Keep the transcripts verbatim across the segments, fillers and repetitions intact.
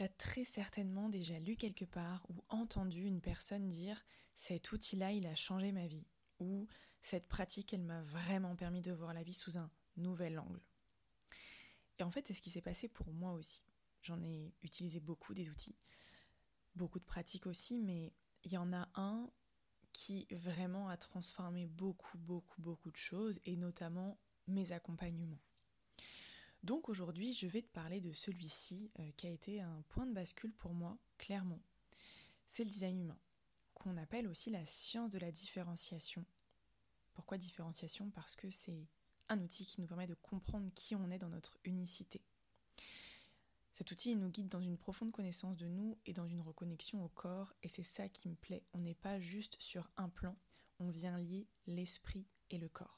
tu as très certainement déjà lu quelque part ou entendu une personne dire « cet outil-là, il a changé ma vie » ou « cette pratique, elle m'a vraiment permis de voir la vie sous un nouvel angle ». Et en fait, c'est ce qui s'est passé pour moi aussi. J'en ai utilisé beaucoup des outils, beaucoup de pratiques aussi, mais il y en a un qui vraiment a transformé beaucoup, beaucoup, beaucoup de choses, et notamment mes accompagnements. Donc aujourd'hui, je vais te parler de celui-ci euh, qui a été un point de bascule pour moi, clairement. C'est le design humain, qu'on appelle aussi la science de la différenciation. Pourquoi différenciation ? Parce que c'est un outil qui nous permet de comprendre qui on est dans notre unicité. Cet outil il nous guide dans une profonde connaissance de nous et dans une reconnexion au corps, et c'est ça qui me plaît. On n'est pas juste sur un plan, on vient lier l'esprit et le corps.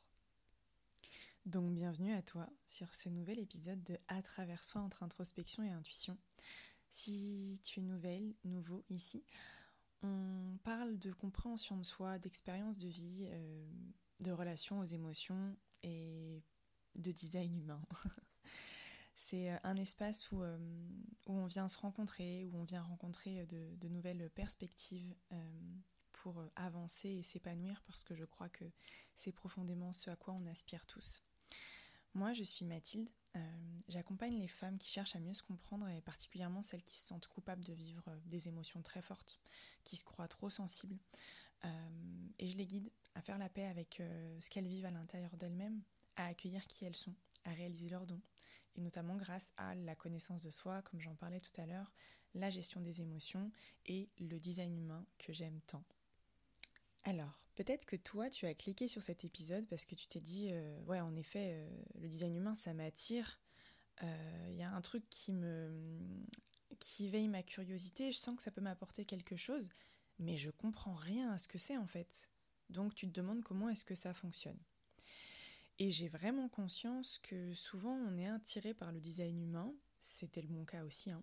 Donc bienvenue à toi sur ce nouvel épisode de À travers soi entre introspection et intuition. Si tu es nouvelle, nouveau ici, on parle de compréhension de soi, d'expérience de vie, euh, de relations aux émotions et de design humain. C'est un espace où, euh, où on vient se rencontrer, où on vient rencontrer de, de nouvelles perspectives euh, pour avancer et s'épanouir, parce que je crois que c'est profondément ce à quoi on aspire tous. Moi, je suis Mathilde, euh, j'accompagne les femmes qui cherchent à mieux se comprendre, et particulièrement celles qui se sentent coupables de vivre des émotions très fortes, qui se croient trop sensibles, euh, et je les guide à faire la paix avec euh, ce qu'elles vivent à l'intérieur d'elles-mêmes, à accueillir qui elles sont, à réaliser leurs dons, et notamment grâce à la connaissance de soi, comme j'en parlais tout à l'heure, la gestion des émotions et le design humain que j'aime tant. Alors, peut-être que toi, tu as cliqué sur cet épisode parce que tu t'es dit euh, « Ouais, en effet, euh, le design humain, ça m'attire. Il euh, y a un truc qui me qui éveille ma curiosité. Je sens que ça peut m'apporter quelque chose, mais je comprends rien à ce que c'est en fait. » Donc, tu te demandes comment est-ce que ça fonctionne. Et j'ai vraiment conscience que souvent, on est attiré par le design humain, c'était le mon cas aussi, hein,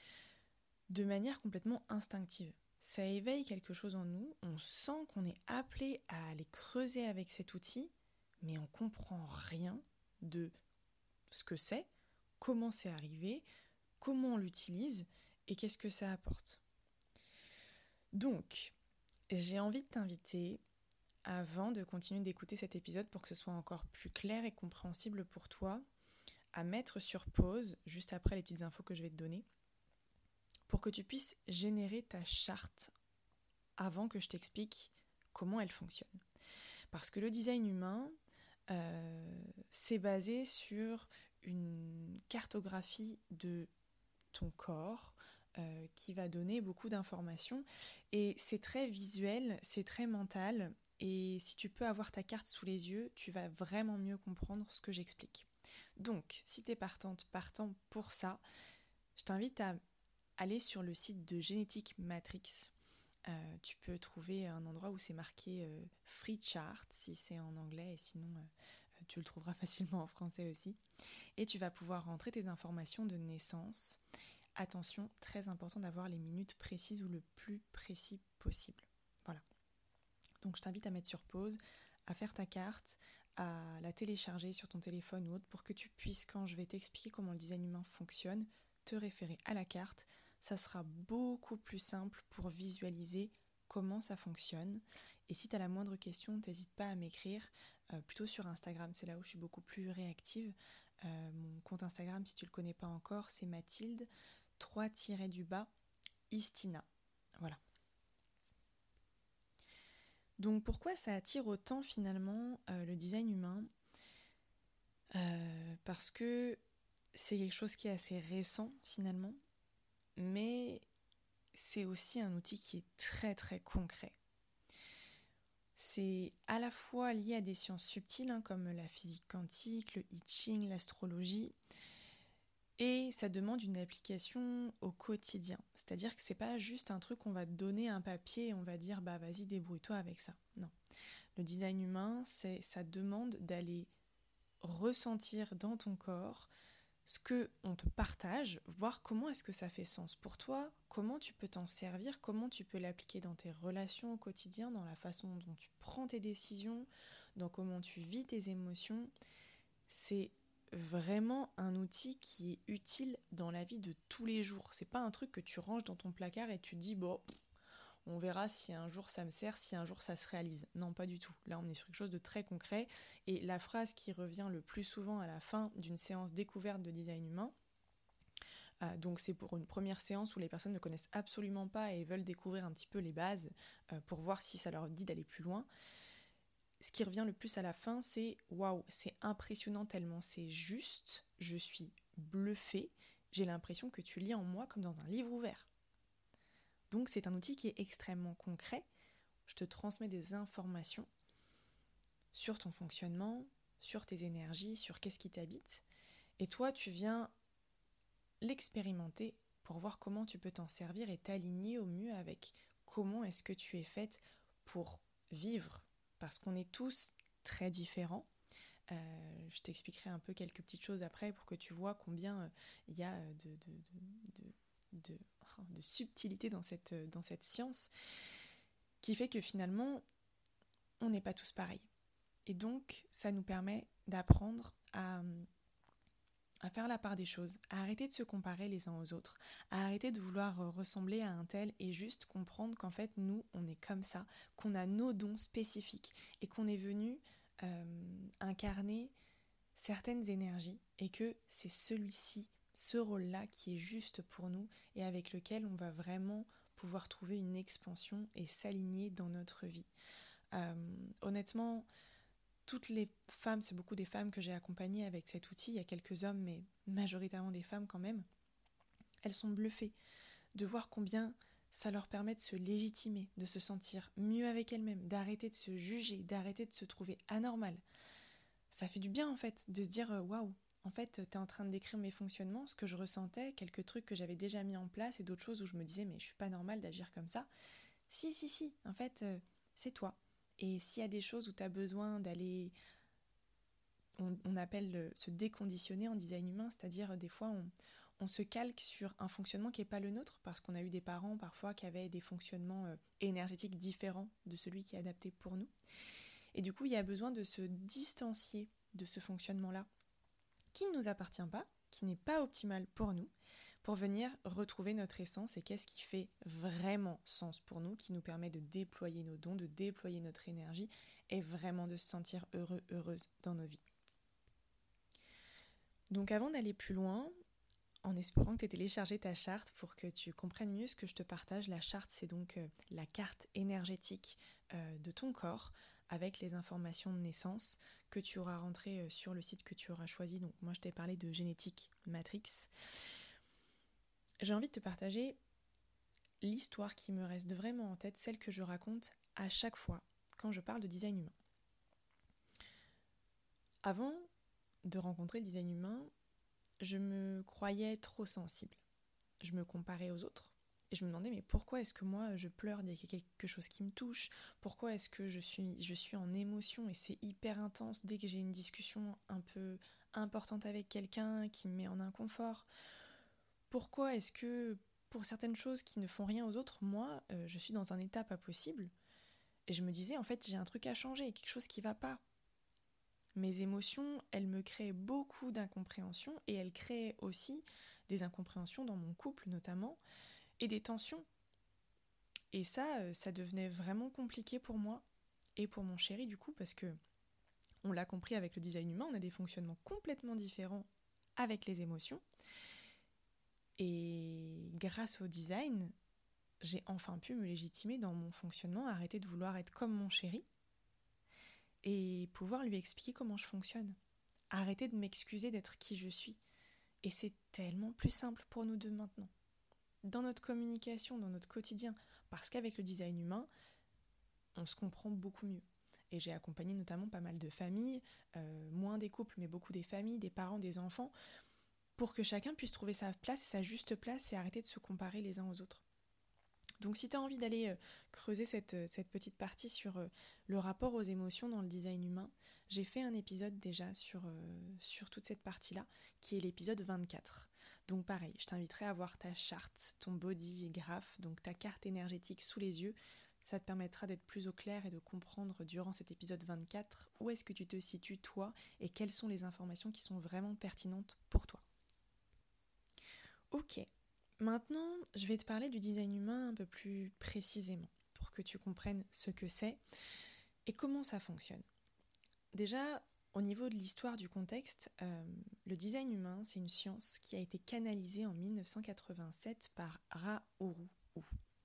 de manière complètement instinctive. Ça éveille quelque chose en nous, on sent qu'on est appelé à aller creuser avec cet outil, mais on comprend rien de ce que c'est, comment c'est arrivé, comment on l'utilise et qu'est-ce que ça apporte. Donc, j'ai envie de t'inviter, avant de continuer d'écouter cet épisode pour que ce soit encore plus clair et compréhensible pour toi, à mettre sur pause, juste après les petites infos que je vais te donner, pour que tu puisses générer ta charte avant que je t'explique comment elle fonctionne. Parce que le design humain, euh, c'est basé sur une cartographie de ton corps euh, qui va donner beaucoup d'informations. Et c'est très visuel, c'est très mental. Et si tu peux avoir ta carte sous les yeux, tu vas vraiment mieux comprendre ce que j'explique. Donc, si tu es partante, partant pour ça, je t'invite à aller sur le site de Genetic Matrix. Euh, tu peux trouver un endroit où c'est marqué euh, Free Chart si c'est en anglais, et sinon euh, tu le trouveras facilement en français aussi. Et tu vas pouvoir rentrer tes informations de naissance. Attention, très important d'avoir les minutes précises ou le plus précis possible. Voilà. Donc je t'invite à mettre sur pause, à faire ta carte, à la télécharger sur ton téléphone ou autre pour que tu puisses, quand je vais t'expliquer comment le design humain fonctionne, te référer à la carte. Ça sera beaucoup plus simple pour visualiser comment ça fonctionne. Et si tu as la moindre question, n'hésite pas à m'écrire, euh, plutôt sur Instagram, c'est là où je suis beaucoup plus réactive. Euh, mon compte Instagram, si tu ne le connais pas encore, c'est Mathilde, trois tirets du bas, Istina. Voilà. Donc pourquoi ça attire autant finalement euh, le design humain ? euh, Parce que c'est quelque chose qui est assez récent finalement, mais c'est aussi un outil qui est très très concret. C'est à la fois lié à des sciences subtiles hein, comme la physique quantique, le I Ching, l'astrologie, et ça demande une application au quotidien. C'est-à-dire que c'est pas juste un truc qu'on va te donner un papier et on va dire bah vas-y débrouille-toi avec ça. Non. Le design humain, c'est ça demande d'aller ressentir dans ton corps ce qu'on te partage, voir comment est-ce que ça fait sens pour toi, comment tu peux t'en servir, comment tu peux l'appliquer dans tes relations au quotidien, dans la façon dont tu prends tes décisions, dans comment tu vis tes émotions. C'est vraiment un outil qui est utile dans la vie de tous les jours. C'est pas un truc que tu ranges dans ton placard et tu te dis bon, on verra si un jour ça me sert, si un jour ça se réalise. Non, pas du tout. Là, on est sur quelque chose de très concret. Et la phrase qui revient le plus souvent à la fin d'une séance découverte de design humain, euh, donc c'est pour une première séance où les personnes ne connaissent absolument pas et veulent découvrir un petit peu les bases euh, pour voir si ça leur dit d'aller plus loin. Ce qui revient le plus à la fin, c'est « Waouh, c'est impressionnant tellement c'est juste, je suis bluffée, j'ai l'impression que tu lis en moi comme dans un livre ouvert. » Donc c'est un outil qui est extrêmement concret. Je te transmets des informations sur ton fonctionnement, sur tes énergies, sur qu'est-ce qui t'habite. Et toi, tu viens l'expérimenter pour voir comment tu peux t'en servir et t'aligner au mieux avec comment est-ce que tu es faite pour vivre. Parce qu'on est tous très différents. Euh, je t'expliquerai un peu quelques petites choses après pour que tu vois combien il euh, y a de, de, de, de, de, de subtilité dans cette, dans cette science qui fait que finalement, on n'est pas tous pareils. Et donc, ça nous permet d'apprendre à, à faire la part des choses, à arrêter de se comparer les uns aux autres, à arrêter de vouloir ressembler à un tel et juste comprendre qu'en fait, nous, on est comme ça, qu'on a nos dons spécifiques et qu'on est venu euh, incarner certaines énergies et que c'est celui-ci, ce rôle-là qui est juste pour nous et avec lequel on va vraiment pouvoir trouver une expansion et s'aligner dans notre vie. Euh, honnêtement, toutes les femmes, c'est beaucoup des femmes que j'ai accompagnées avec cet outil, il y a quelques hommes, mais majoritairement des femmes quand même, elles sont bluffées de voir combien ça leur permet de se légitimer, de se sentir mieux avec elles-mêmes, d'arrêter de se juger, d'arrêter de se trouver anormales. Ça fait du bien en fait, de se dire « Waouh, en fait, t'es en train de décrire mes fonctionnements, ce que je ressentais, quelques trucs que j'avais déjà mis en place et d'autres choses où je me disais « Mais je suis pas normale d'agir comme ça. » Si, si, si, en fait, euh, c'est toi. Et s'il y a des choses où tu as besoin d'aller, on, on appelle le, se déconditionner en design humain, c'est-à-dire des fois on, on se calque sur un fonctionnement qui n'est pas le nôtre, parce qu'on a eu des parents parfois qui avaient des fonctionnements euh, énergétiques différents de celui qui est adapté pour nous. Et du coup, il y a besoin de se distancier de ce fonctionnement-là, qui ne nous appartient pas, qui n'est pas optimal pour nous, pour venir retrouver notre essence et qu'est-ce qui fait vraiment sens pour nous, qui nous permet de déployer nos dons, de déployer notre énergie et vraiment de se sentir heureux, heureuse dans nos vies. Donc avant d'aller plus loin, en espérant que tu aies téléchargé ta charte pour que tu comprennes mieux ce que je te partage, la charte c'est donc euh, la carte énergétique euh, de ton corps avec les informations de naissance que tu auras rentrées euh, sur le site que tu auras choisi. Donc moi je t'ai parlé de Génétique Matrix. J'ai envie de te partager l'histoire qui me reste vraiment en tête, celle que je raconte à chaque fois quand je parle de design humain. Avant de rencontrer le design humain, je me croyais trop sensible. Je me comparais aux autres et je me demandais mais pourquoi est-ce que moi je pleure dès qu'il y a quelque chose qui me touche ? Pourquoi est-ce que je suis, je suis en émotion et c'est hyper intense dès que j'ai une discussion un peu importante avec quelqu'un qui me met en inconfort ? Pourquoi est-ce que pour certaines choses qui ne font rien aux autres, moi, euh, je suis dans un état pas possible ? Et je me disais, en fait, j'ai un truc à changer, quelque chose qui va pas. Mes émotions, elles me créent beaucoup d'incompréhension et elles créent aussi des incompréhensions dans mon couple notamment et des tensions. Et ça, euh, ça devenait vraiment compliqué pour moi et pour mon chéri du coup parce que, on l'a compris avec le design humain, on a des fonctionnements complètement différents avec les émotions. Et grâce au design, j'ai enfin pu me légitimer dans mon fonctionnement, arrêter de vouloir être comme mon chéri et pouvoir lui expliquer comment je fonctionne. Arrêter de m'excuser d'être qui je suis. Et c'est tellement plus simple pour nous deux maintenant. Dans notre communication, dans notre quotidien. Parce qu'avec le design humain, on se comprend beaucoup mieux. Et j'ai accompagné notamment pas mal de familles, euh, moins des couples, mais beaucoup des familles, des parents, des enfants, pour que chacun puisse trouver sa place, sa juste place et arrêter de se comparer les uns aux autres. Donc si tu as envie d'aller euh, creuser cette, cette petite partie sur euh, le rapport aux émotions dans le design humain, j'ai fait un épisode déjà sur, euh, sur toute cette partie-là, qui est l'épisode vingt-quatre. Donc pareil, je t'inviterai à voir ta charte, ton body graph, donc ta carte énergétique sous les yeux, ça te permettra d'être plus au clair et de comprendre durant cet épisode vingt-quatre où est-ce que tu te situes toi et quelles sont les informations qui sont vraiment pertinentes pour toi. Ok, maintenant je vais te parler du design humain un peu plus précisément pour que tu comprennes ce que c'est et comment ça fonctionne. Déjà, au niveau de l'histoire du contexte, euh, le design humain, c'est une science qui a été canalisée en dix-neuf cent quatre-vingt-sept par Ra Uru Hu.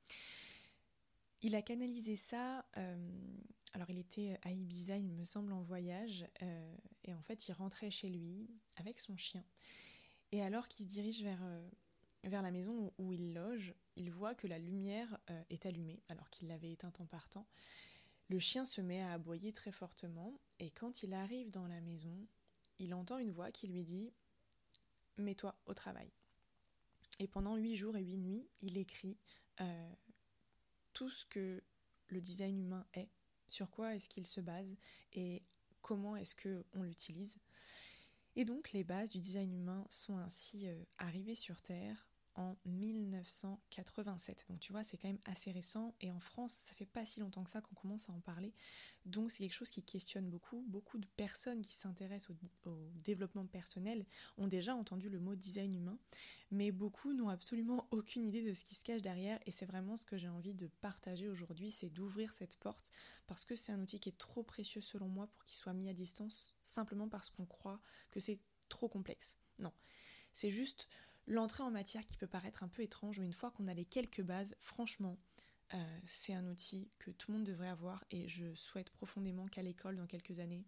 Il a canalisé ça, euh, alors il était à Ibiza, il me semble, en voyage, euh, et en fait il rentrait chez lui avec son chien. Et alors qu'il se dirige vers, euh, vers la maison où, où il loge, il voit que la lumière euh, est allumée, alors qu'il l'avait éteinte en partant. Le chien se met à aboyer très fortement, et quand il arrive dans la maison, il entend une voix qui lui dit « Mets-toi au travail ». Et pendant huit jours et huit nuits, il écrit euh, tout ce que le design humain est, sur quoi est-ce qu'il se base et comment est-ce qu'on l'utilise. Et donc les bases du design humain sont ainsi euh, arrivées sur Terre en dix-neuf cent quatre-vingt-sept. Donc tu vois, c'est quand même assez récent et en France, ça fait pas si longtemps que ça qu'on commence à en parler. Donc c'est quelque chose qui questionne beaucoup. Beaucoup de personnes qui s'intéressent au, au développement personnel ont déjà entendu le mot design humain, mais beaucoup n'ont absolument aucune idée de ce qui se cache derrière et c'est vraiment ce que j'ai envie de partager aujourd'hui, c'est d'ouvrir cette porte parce que c'est un outil qui est trop précieux selon moi pour qu'il soit mis à distance simplement parce qu'on croit que c'est trop complexe. Non, c'est juste l'entrée en matière qui peut paraître un peu étrange, mais une fois qu'on a les quelques bases, franchement, euh, c'est un outil que tout le monde devrait avoir et je souhaite profondément qu'à l'école, dans quelques années,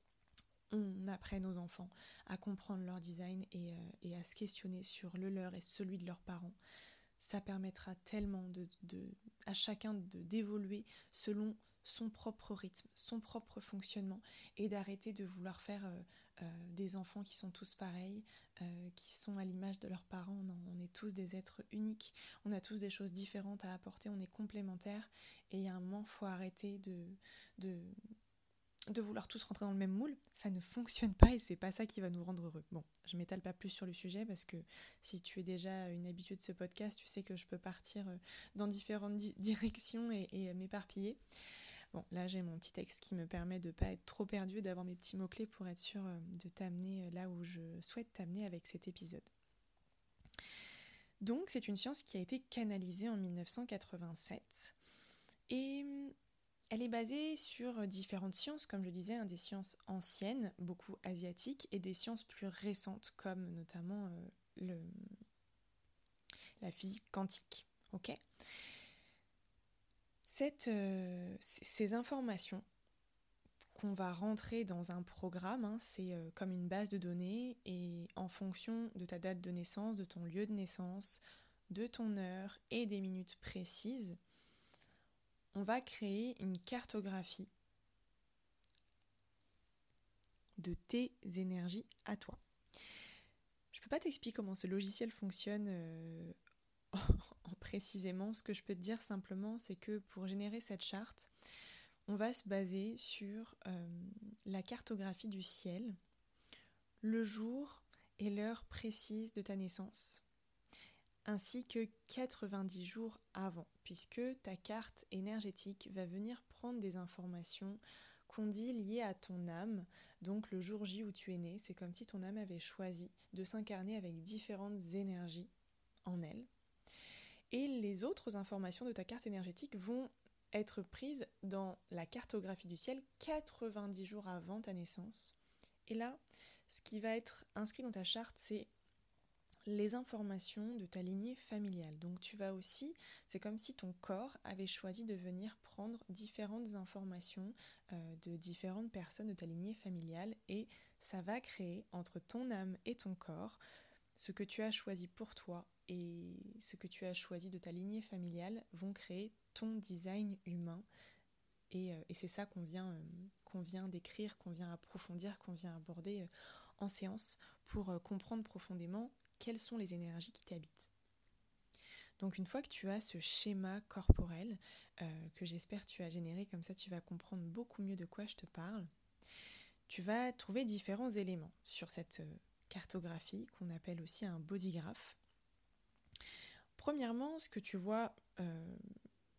on apprenne aux enfants à comprendre leur design et, euh, et à se questionner sur le leur et celui de leurs parents. Ça permettra tellement de, de, à chacun de, d'évoluer selon son propre rythme, son propre fonctionnement et d'arrêter de vouloir faire euh, euh, des enfants qui sont tous pareils, euh, qui sont à l'image de leurs parents. Non, on est tous des êtres uniques, on a tous des choses différentes à apporter, on est complémentaires et il y a un moment, il faut arrêter de, de, de vouloir tous rentrer dans le même moule. Ça ne fonctionne pas et c'est pas ça qui va nous rendre heureux. Bon, je m'étale pas plus sur le sujet parce que si tu es déjà une habituée de ce podcast, tu sais que je peux partir dans différentes di- directions et, et m'éparpiller. Bon, là j'ai mon petit texte qui me permet de ne pas être trop perdue, d'avoir mes petits mots-clés pour être sûre de t'amener là où je souhaite t'amener avec cet épisode. Donc c'est une science qui a été canalisée en dix-neuf cent quatre-vingt-sept et elle est basée sur différentes sciences, comme je disais, hein, des sciences anciennes, beaucoup asiatiques, et des sciences plus récentes, comme notamment euh, le, la physique quantique. Okay. Cette, euh, ces informations qu'on va rentrer dans un programme, hein, c'est euh, comme une base de données, et en fonction de ta date de naissance, de ton lieu de naissance, de ton heure et des minutes précises, on va créer une cartographie de tes énergies à toi. Je ne peux pas t'expliquer comment ce logiciel fonctionne euh, en précisément. Ce que je peux te dire simplement, c'est que pour générer cette charte, on va se baser sur euh, la cartographie du ciel, le jour et l'heure précise de ta naissance, ainsi que quatre-vingt-dix jours avant, puisque ta carte énergétique va venir prendre des informations qu'on dit liées à ton âme. Donc le jour J où tu es né, c'est comme si ton âme avait choisi de s'incarner avec différentes énergies en elle. Et les autres informations de ta carte énergétique vont être prises dans la cartographie du ciel quatre-vingt-dix jours avant ta naissance. Et là, ce qui va être inscrit dans ta charte, c'est les informations de ta lignée familiale. Donc tu vas aussi, c'est comme si ton corps avait choisi de venir prendre différentes informations euh, de différentes personnes de ta lignée familiale et ça va créer entre ton âme et ton corps ce que tu as choisi pour toi et ce que tu as choisi de ta lignée familiale vont créer ton design humain et, euh, et c'est ça qu'on vient, euh, qu'on vient d'écrire, qu'on vient approfondir, qu'on vient aborder euh, en séance pour euh, comprendre profondément quelles sont les énergies qui t'habitent. Donc une fois que tu as ce schéma corporel, euh, que j'espère tu as généré, comme ça tu vas comprendre beaucoup mieux de quoi je te parle, tu vas trouver différents éléments sur cette euh, cartographie qu'on appelle aussi un bodygraph. Premièrement, ce que tu vois euh, au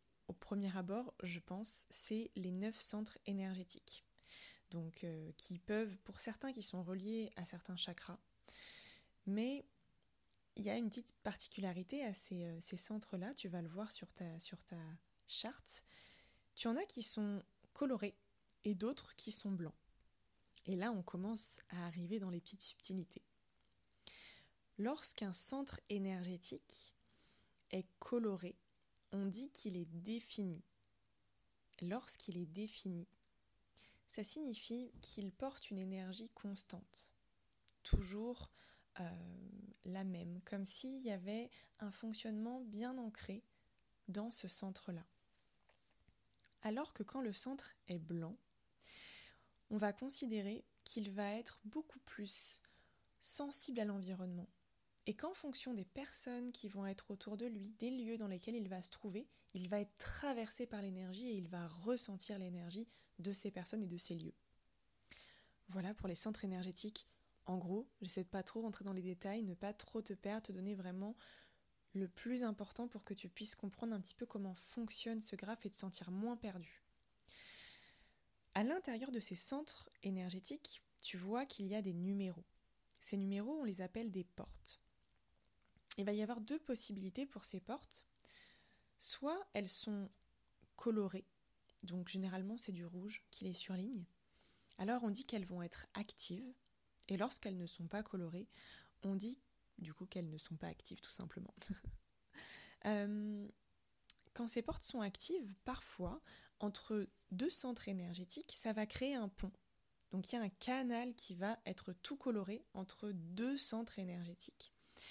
premier abord, je pense, c'est les neuf centres énergétiques. Donc, euh, qui peuvent, pour certains qui sont reliés à certains chakras, mais il y a une petite particularité à ces, euh, ces centres-là, tu vas le voir sur ta, sur ta charte. Tu en as qui sont colorés et d'autres qui sont blancs. Et là, on commence à arriver dans les petites subtilités. Lorsqu'un centre énergétique est coloré, on dit qu'il est défini. Lorsqu'il est défini, ça signifie qu'il porte une énergie constante, toujours euh, la même, comme s'il y avait un fonctionnement bien ancré dans ce centre-là. Alors que quand le centre est blanc, on va considérer qu'il va être beaucoup plus sensible à l'environnement et qu'en fonction des personnes qui vont être autour de lui, des lieux dans lesquels il va se trouver, il va être traversé par l'énergie et il va ressentir l'énergie de ces personnes et de ces lieux. Voilà pour les centres énergétiques. En gros, j'essaie de pas trop rentrer dans les détails, ne pas trop te perdre, te donner vraiment le plus important pour que tu puisses comprendre un petit peu comment fonctionne ce graphe et te sentir moins perdu. À l'intérieur de ces centres énergétiques, tu vois qu'il y a des numéros. Ces numéros, on les appelle des portes. Il va y avoir deux possibilités pour ces portes. Soit elles sont colorées, donc généralement c'est du rouge qui les surligne. Alors on dit qu'elles vont être actives, et lorsqu'elles ne sont pas colorées, on dit du coup qu'elles ne sont pas actives tout simplement. euh, quand ces portes sont actives, parfois, entre deux centres énergétiques, ça va créer un pont. Donc il y a un canal qui va être tout coloré entre deux centres énergétiques.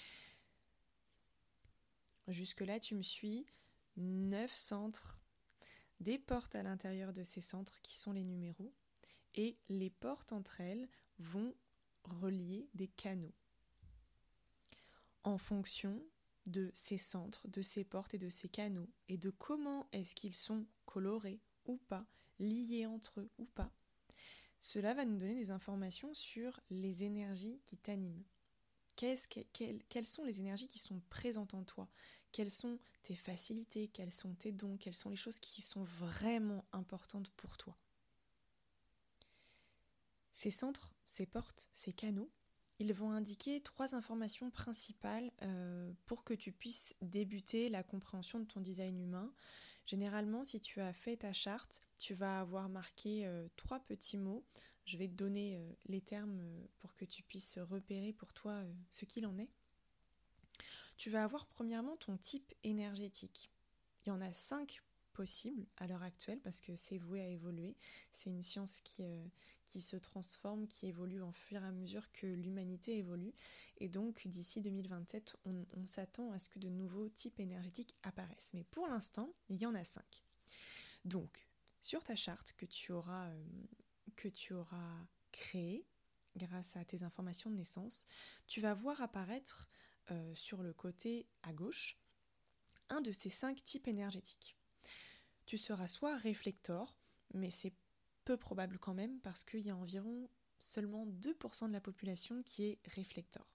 Jusque-là, tu me suis, neuf centres, des portes à l'intérieur de ces centres qui sont les numéros, et les portes entre elles vont relier des canaux. En fonction de ces centres, de ces portes et de ces canaux, et de comment est-ce qu'ils sont colorés ou pas, liés entre eux ou pas, cela va nous donner des informations sur les énergies qui t'animent. Qu'est-ce que, quelles, quelles sont les énergies qui sont présentes en toi? Quelles sont tes facilités? Quels sont tes dons? Quelles sont les choses qui sont vraiment importantes pour toi? Ces centres, ces portes, ces canaux, ils vont indiquer trois informations principales euh, pour que tu puisses débuter la compréhension de ton design humain. Généralement, si tu as fait ta charte, tu vas avoir marqué euh, trois petits mots. Je vais te donner euh, les termes euh, pour que tu puisses repérer pour toi euh, ce qu'il en est. Tu vas avoir premièrement ton type énergétique. Il y en a cinq possibles à l'heure actuelle parce que c'est voué à évoluer. C'est une science qui, euh, qui se transforme, qui évolue au fur et à mesure que l'humanité évolue. Et donc d'ici deux mille vingt-sept, on, on s'attend à ce que de nouveaux types énergétiques apparaissent. Mais pour l'instant, il y en a cinq. Donc, sur ta charte que tu auras, euh, que tu auras créée grâce à tes informations de naissance, tu vas voir apparaître euh, sur le côté à gauche un de ces cinq types énergétiques. Tu seras soit réflector, mais c'est peu probable quand même parce qu'il y a environ seulement deux pour cent de la population qui est réflector.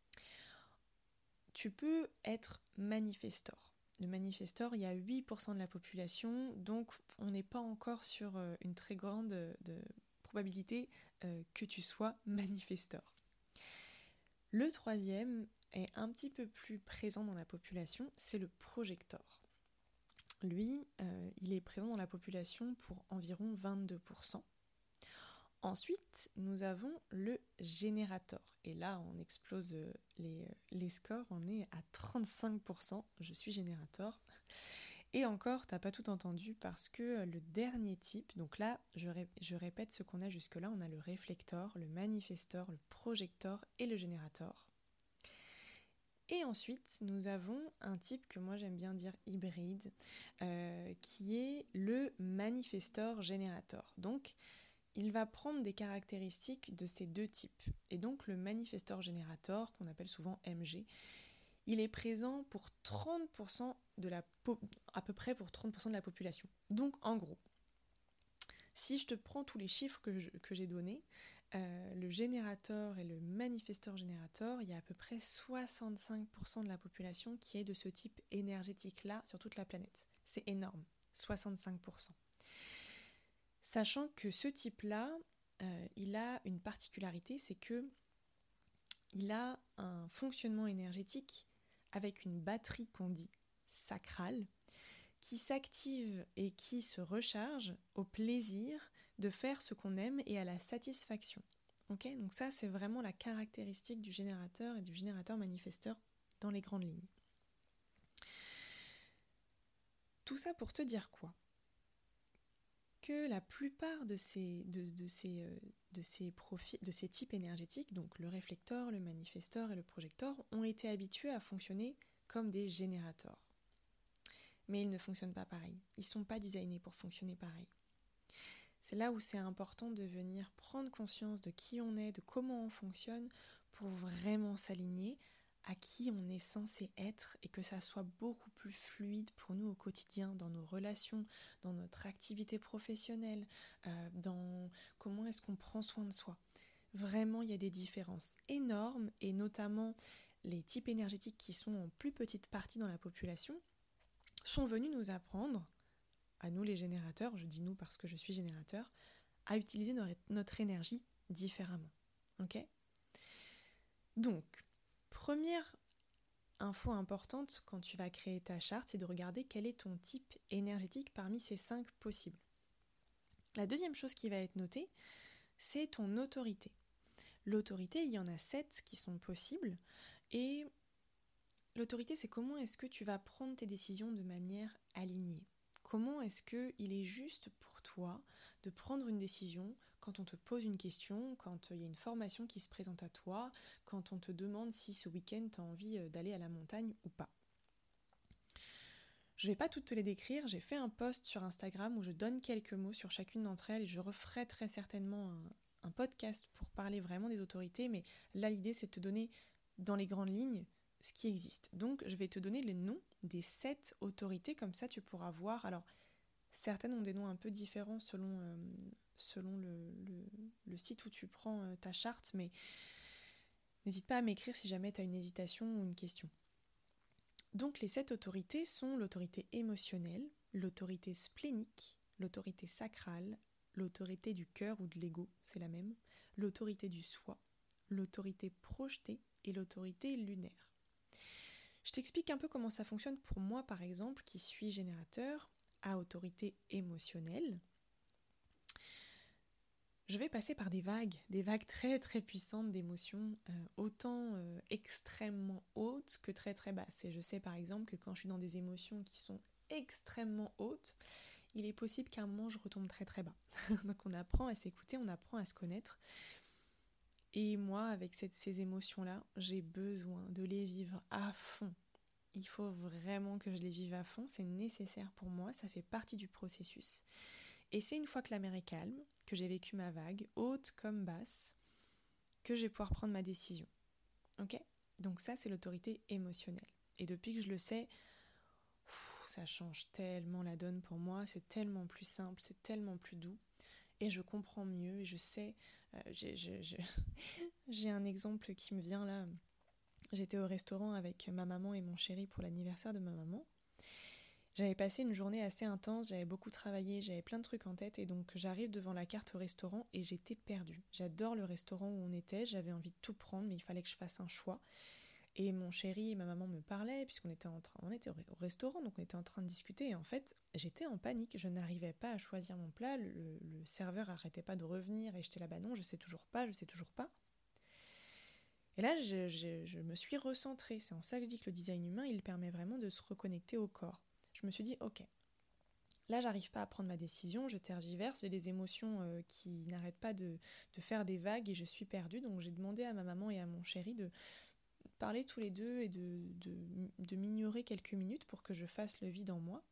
Tu peux être manifestor. Le manifestor, il y a huit pour cent de la population, donc on n'est pas encore sur une très grande de probabilité que tu sois manifestor. Le troisième est un petit peu plus présent dans la population, c'est le projector. Lui, euh, il est présent dans la population pour environ vingt-deux pour cent. Ensuite, nous avons le générateur. Et là, on explose les, les scores, on est à trente-cinq pour cent. Je suis générateur. Et encore, t'as pas tout entendu parce que le dernier type, donc là, je, ré, je répète ce qu'on a jusque-là, on a le réflecteur, le manifesteur, le projecteur et le générateur. Et ensuite, nous avons un type que moi j'aime bien dire hybride, euh, qui est le manifestor-générateur. Donc, il va prendre des caractéristiques de ces deux types. Et donc, le manifestor-générateur, qu'on appelle souvent M G, il est présent pour trente pour cent de la po- à peu près pour trente pour cent de la population. Donc, en gros, si je te prends tous les chiffres que, je, que j'ai donnés, euh, le générateur et le manifesteur-générateur, il y a à peu près soixante-cinq pour cent de la population qui est de ce type énergétique-là sur toute la planète. C'est énorme. soixante-cinq pour cent. Sachant que ce type-là, euh, il a une particularité, c'est que il a un fonctionnement énergétique avec une batterie qu'on dit sacrale, qui s'active et qui se recharge au plaisir de faire ce qu'on aime et à la satisfaction. Okay ? Donc ça, c'est vraiment la caractéristique du générateur et du générateur manifesteur dans les grandes lignes. Tout ça pour te dire quoi ? Que la plupart de ces, de, de ces, de ces profils, de ces types énergétiques, donc le réflecteur, le manifesteur et le projecteur, ont été habitués à fonctionner comme des générateurs. Mais ils ne fonctionnent pas pareil. Ils ne sont pas designés pour fonctionner pareil. C'est là où c'est important de venir prendre conscience de qui on est, de comment on fonctionne, pour vraiment s'aligner à qui on est censé être et que ça soit beaucoup plus fluide pour nous au quotidien, dans nos relations, dans notre activité professionnelle, euh, dans comment est-ce qu'on prend soin de soi. Vraiment, il y a des différences énormes et notamment les types énergétiques qui sont en plus petite partie dans la population sont venus nous apprendre, à nous les générateurs, je dis nous parce que je suis générateur, à utiliser notre énergie différemment. Ok ? Donc, première info importante quand tu vas créer ta charte, c'est de regarder quel est ton type énergétique parmi ces cinq possibles. La deuxième chose qui va être notée, c'est ton autorité. L'autorité, il y en a sept qui sont possibles et l'autorité, c'est comment est-ce que tu vas prendre tes décisions de manière alignée. Comment est-ce qu'il est juste pour toi de prendre une décision quand on te pose une question, quand il y a une formation qui se présente à toi, quand on te demande si ce week-end tu as envie d'aller à la montagne ou pas. Je ne vais pas toutes te les décrire, j'ai fait un post sur Instagram où je donne quelques mots sur chacune d'entre elles et je referai très certainement un, un podcast pour parler vraiment des autorités, mais là l'idée c'est de te donner dans les grandes lignes ce qui existe. Donc je vais te donner les noms des sept autorités, comme ça tu pourras voir. Alors certaines ont des noms un peu différents selon, euh, selon le, le, le site où tu prends euh, ta charte, mais n'hésite pas à m'écrire si jamais tu as une hésitation ou une question. Donc les sept autorités sont l'autorité émotionnelle, l'autorité splénique, l'autorité sacrale, l'autorité du cœur ou de l'ego, c'est la même, l'autorité du soi, l'autorité projetée et l'autorité lunaire. Je t'explique un peu comment ça fonctionne pour moi, par exemple, qui suis générateur à autorité émotionnelle. Je vais passer par des vagues, des vagues très très puissantes d'émotions, euh, autant euh, extrêmement hautes que très très basses. Et je sais par exemple que quand je suis dans des émotions qui sont extrêmement hautes, il est possible qu'à un moment je retombe très très bas. Donc on apprend à s'écouter, on apprend à se connaître. Et moi, avec cette, ces émotions-là, j'ai besoin de les vivre à fond. Il faut vraiment que je les vive à fond, c'est nécessaire pour moi, ça fait partie du processus. Et c'est une fois que la mer est calme, que j'ai vécu ma vague, haute comme basse, que je vais pouvoir prendre ma décision. Ok ? Donc ça, c'est l'autorité émotionnelle. Et depuis que je le sais, pff, ça change tellement la donne pour moi, c'est tellement plus simple, c'est tellement plus doux. Et je comprends mieux, et je sais, euh, j'ai, j'ai, j'ai, j'ai un exemple qui me vient là. J'étais au restaurant avec ma maman et mon chéri pour l'anniversaire de ma maman. J'avais passé une journée assez intense, j'avais beaucoup travaillé, j'avais plein de trucs en tête et donc j'arrive devant la carte au restaurant et j'étais perdue. J'adore le restaurant où on était, j'avais envie de tout prendre mais il fallait que je fasse un choix. Et mon chéri et ma maman me parlaient puisqu'on était, en train, on était au restaurant, donc on était en train de discuter et en fait j'étais en panique, je n'arrivais pas à choisir mon plat, le, le serveur arrêtait pas de revenir et j'étais là, bah non, je sais toujours pas, je sais toujours pas. Et là je, je, je me suis recentrée, c'est en ça que je dis que le design humain il permet vraiment de se reconnecter au corps. Je me suis dit, ok, là j'arrive pas à prendre ma décision, je tergiverse, j'ai des émotions euh, qui n'arrêtent pas de, de faire des vagues et je suis perdue, donc j'ai demandé à ma maman et à mon chéri de parler tous les deux et de, de, de m'ignorer quelques minutes pour que je fasse le vide en moi.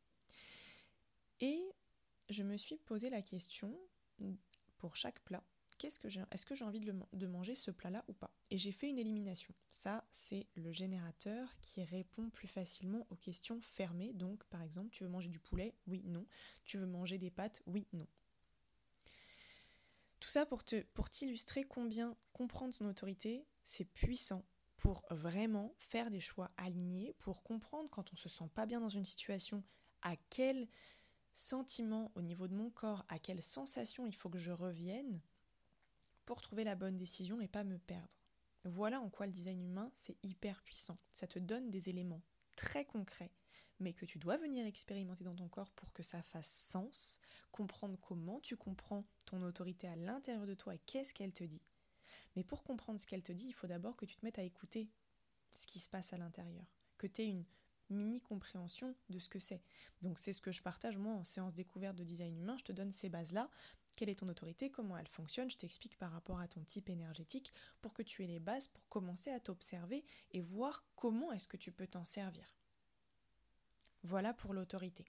Et je me suis posé la question, pour chaque plat, qu'est-ce que j'ai, est-ce que j'ai envie de, le, de manger ce plat-là ou pas ? Et j'ai fait une élimination. Ça, c'est le générateur qui répond plus facilement aux questions fermées. Donc, par exemple, tu veux manger du poulet ? Oui, non. Tu veux manger des pâtes ? Oui, non. Tout ça pour, te, pour t'illustrer combien comprendre son autorité, c'est puissant pour vraiment faire des choix alignés, pour comprendre quand on ne se sent pas bien dans une situation, à quelle sentiment au niveau de mon corps, à quelle sensation il faut que je revienne pour trouver la bonne décision et pas me perdre. Voilà en quoi le design humain, c'est hyper puissant. Ça te donne des éléments très concrets, mais que tu dois venir expérimenter dans ton corps pour que ça fasse sens, comprendre comment tu comprends ton autorité à l'intérieur de toi et qu'est-ce qu'elle te dit. Mais pour comprendre ce qu'elle te dit, il faut d'abord que tu te mettes à écouter ce qui se passe à l'intérieur, que tu aies une mini-compréhension de ce que c'est. Donc c'est ce que je partage moi en séance découverte de design humain, je te donne ces bases-là. Quelle est ton autorité, comment elle fonctionne, je t'explique par rapport à ton type énergétique pour que tu aies les bases pour commencer à t'observer et voir comment est-ce que tu peux t'en servir. Voilà pour l'autorité.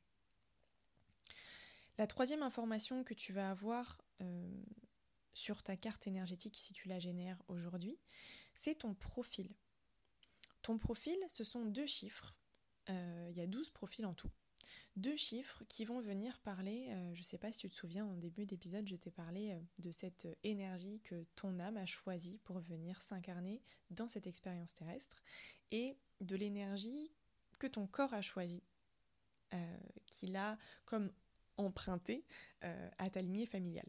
La troisième information que tu vas avoir euh, sur ta carte énergétique si tu la génères aujourd'hui, c'est ton profil. Ton profil, ce sont deux chiffres, euh, il y a douze profils en tout. Deux chiffres qui vont venir parler, euh, je ne sais pas si tu te souviens, en début d'épisode, je t'ai parlé euh, de cette énergie que ton âme a choisie pour venir s'incarner dans cette expérience terrestre et de l'énergie que ton corps a choisie, euh, qu'il a comme emprunté euh, à ta lignée familiale.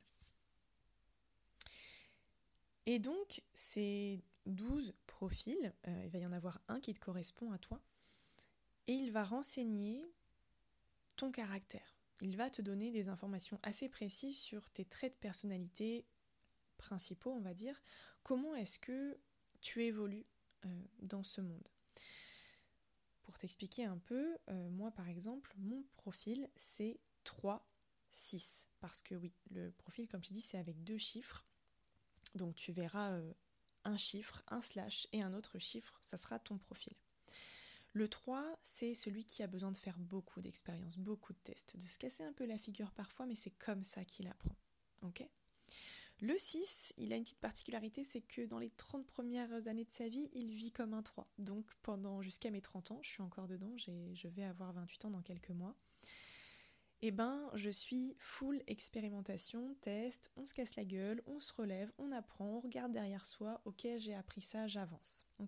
Et donc, ces douze profils, euh, il va y en avoir un qui te correspond à toi, et il va renseigner ton caractère. Il va te donner des informations assez précises sur tes traits de personnalité principaux, on va dire. Comment est-ce que tu évolues euh, dans ce monde ? Pour t'expliquer un peu, euh, moi par exemple, mon profil c'est trois six. Parce que oui, le profil, comme je t'ai dit, c'est avec deux chiffres. Donc tu verras euh, un chiffre, un slash et un autre chiffre, ça sera ton profil. Le trois, c'est celui qui a besoin de faire beaucoup d'expériences, beaucoup de tests, de se casser un peu la figure parfois, mais c'est comme ça qu'il apprend. Okay ? Le six, il a une petite particularité, c'est que dans les trente premières années de sa vie, il vit comme un trois. Donc pendant jusqu'à mes trente ans, je suis encore dedans, j'ai, je vais avoir vingt-huit ans dans quelques mois, et ben je suis full expérimentation, test, on se casse la gueule, on se relève, on apprend, on regarde derrière soi, ok j'ai appris ça, j'avance. Ok ?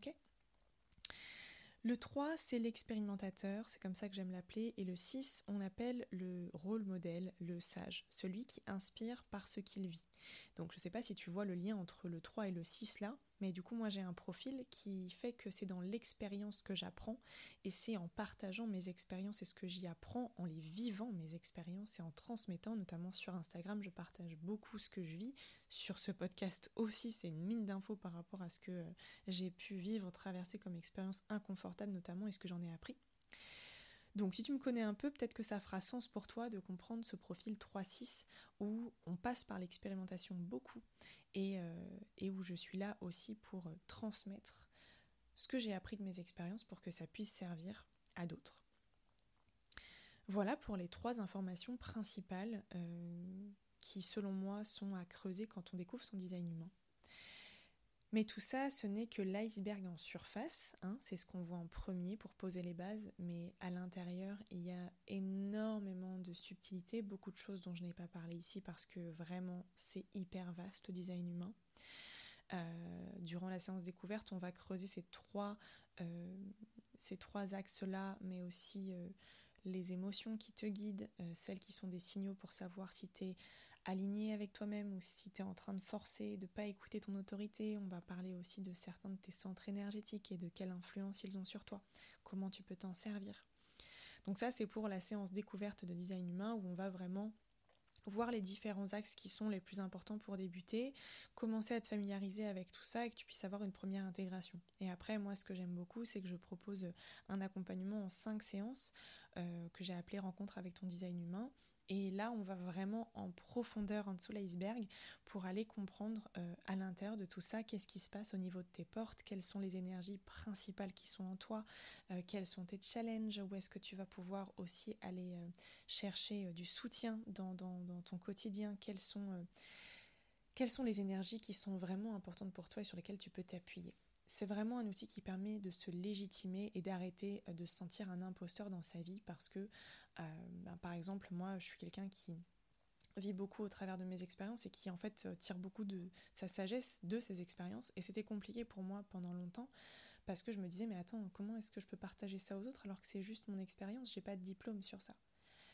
Le trois, c'est l'expérimentateur, c'est comme ça que j'aime l'appeler, et le six, on appelle le rôle modèle, le sage, celui qui inspire par ce qu'il vit. Donc je ne sais pas si tu vois le lien entre le trois et le six là, mais du coup moi j'ai un profil qui fait que c'est dans l'expérience que j'apprends, et c'est en partageant mes expériences et ce que j'y apprends, en les vivant mes expériences et en transmettant, notamment sur Instagram, je partage beaucoup ce que je vis. Sur ce podcast aussi, c'est une mine d'infos par rapport à ce que j'ai pu vivre, traverser comme expérience inconfortable notamment et ce que j'en ai appris. Donc si tu me connais un peu, peut-être que ça fera sens pour toi de comprendre ce profil trois six où on passe par l'expérimentation beaucoup et, euh, et où je suis là aussi pour transmettre ce que j'ai appris de mes expériences pour que ça puisse servir à d'autres. Voilà pour les trois informations principales euh, qui selon moi sont à creuser quand on découvre son design humain. Mais tout ça, ce n'est que l'iceberg en surface, hein, c'est ce qu'on voit en premier pour poser les bases, mais à l'intérieur, il y a énormément de subtilités, beaucoup de choses dont je n'ai pas parlé ici parce que vraiment, c'est hyper vaste le design humain. Euh, durant la séance découverte, on va creuser ces trois, euh, ces trois axes-là, mais aussi euh, les émotions qui te guident, euh, celles qui sont des signaux pour savoir si tu es aligné avec toi-même ou si tu es en train de forcer, de ne pas écouter ton autorité. On va parler aussi de certains de tes centres énergétiques et de quelle influence ils ont sur toi, comment tu peux t'en servir. Donc ça, c'est pour la séance découverte de design humain où on va vraiment voir les différents axes qui sont les plus importants pour débuter, commencer à te familiariser avec tout ça et que tu puisses avoir une première intégration. Et après, moi, ce que j'aime beaucoup, c'est que je propose un accompagnement en cinq séances euh, que j'ai appelé « Rencontre avec ton design humain ». Et là, on va vraiment en profondeur en dessous de l'iceberg pour aller comprendre euh, à l'intérieur de tout ça, qu'est-ce qui se passe au niveau de tes portes, quelles sont les énergies principales qui sont en toi, euh, quels sont tes challenges, où est-ce que tu vas pouvoir aussi aller euh, chercher euh, du soutien dans, dans, dans ton quotidien, quelles sont, euh, quelles sont les énergies qui sont vraiment importantes pour toi et sur lesquelles tu peux t'appuyer. C'est vraiment un outil qui permet de se légitimer et d'arrêter de se sentir un imposteur dans sa vie parce que, euh, ben, par exemple, moi, je suis quelqu'un qui vit beaucoup au travers de mes expériences et qui, en fait, tire beaucoup de sa sagesse de ses expériences. Et c'était compliqué pour moi pendant longtemps parce que je me disais, mais attends, comment est-ce que je peux partager ça aux autres alors que c'est juste mon expérience, j'ai pas de diplôme sur ça.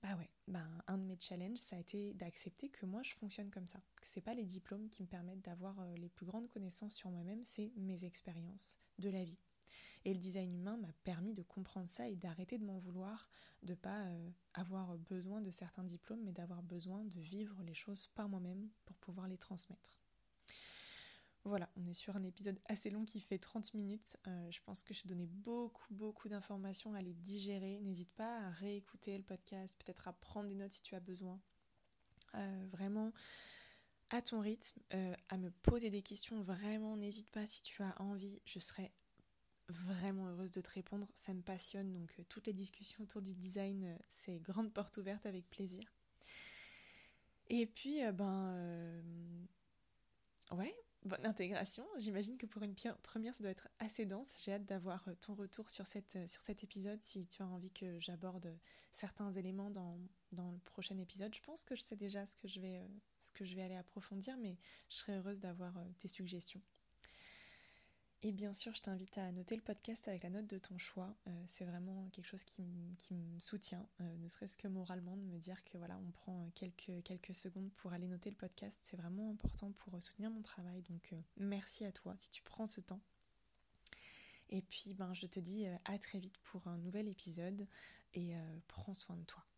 ah ouais, ben, un de mes challenges, ça a été d'accepter que moi, je fonctionne comme ça. Que c'est pas les diplômes qui me permettent d'avoir euh, les plus grandes connaissances sur moi-même, c'est mes expériences de la vie. Et le design humain m'a permis de comprendre ça et d'arrêter de m'en vouloir, de pas euh, avoir besoin de certains diplômes, mais d'avoir besoin de vivre les choses par moi-même pour pouvoir les transmettre. Voilà, on est sur un épisode assez long qui fait trente minutes. Euh, je pense que je t'ai donné beaucoup, beaucoup d'informations à les digérer. N'hésite pas à réécouter le podcast, peut-être à prendre des notes si tu as besoin. Euh, vraiment, à ton rythme, euh, à me poser des questions. Vraiment, n'hésite pas si tu as envie. Je serai vraiment heureuse de te répondre. Ça me passionne, donc euh, toutes les discussions autour du design, euh, c'est grande porte ouverte avec plaisir. Et puis, euh, ben... Euh, ouais, bonne intégration. J'imagine que pour une première, ça doit être assez dense. J'ai hâte d'avoir ton retour sur, cette, sur cet épisode, si tu as envie que j'aborde certains éléments dans, dans le prochain épisode. Je pense que je sais déjà ce que je vais, ce que je vais aller approfondir, mais je serais heureuse d'avoir tes suggestions. Et bien sûr, je t'invite à noter le podcast avec la note de ton choix. Euh, c'est vraiment quelque chose qui, m- qui me soutient, euh, ne serait-ce que moralement, de me dire que voilà, on prend quelques, quelques secondes pour aller noter le podcast. C'est vraiment important pour soutenir mon travail. Donc, euh, merci à toi si tu prends ce temps. Et puis, ben, je te dis euh, à très vite pour un nouvel épisode et euh, prends soin de toi.